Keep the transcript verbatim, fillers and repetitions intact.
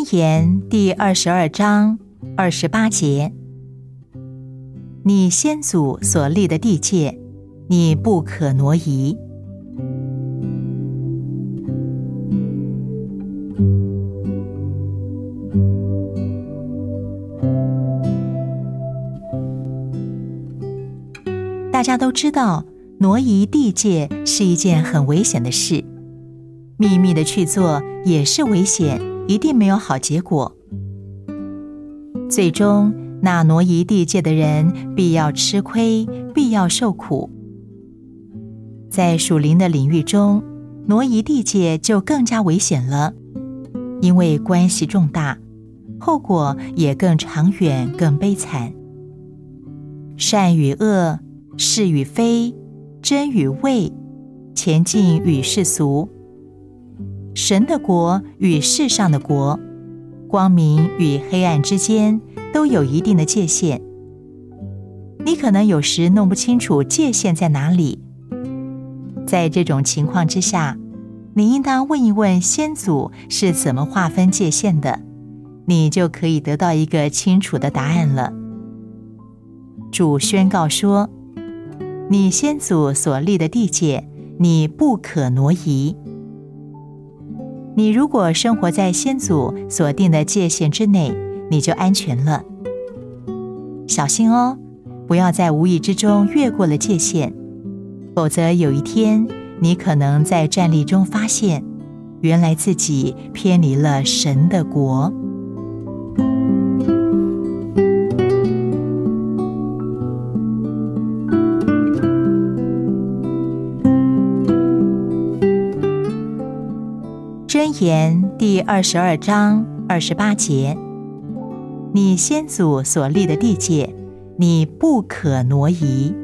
箴言第二十二章二十八节，你先祖所立的地界，你不可挪移。大家都知道，挪移地界是一件很危险的事，秘密的去做也是危险，一定没有好结果。最终，那挪移地界的人必要吃亏，必要受苦。在属灵的领域中，挪移地界就更加危险了，因为关系重大，后果也更长远，更悲惨。善与恶，是与非，真与伪，前进与世俗，神的国与世上的国，光明与黑暗之间都有一定的界限。你可能有时弄不清楚界限在哪里。在这种情况之下，你应当问一问先祖是怎么划分界限的，你就可以得到一个清楚的答案了。主宣告说，你先祖所立的地界，你不可挪移。你如果生活在先祖所定的界限之内，你就安全了。小心哦，不要在无意之中越过了界限，否则有一天，你可能在战栗中发现，原来自己偏离了神的国。箴言第二十二章二十八节，你先祖所立的地界，你不可挪移。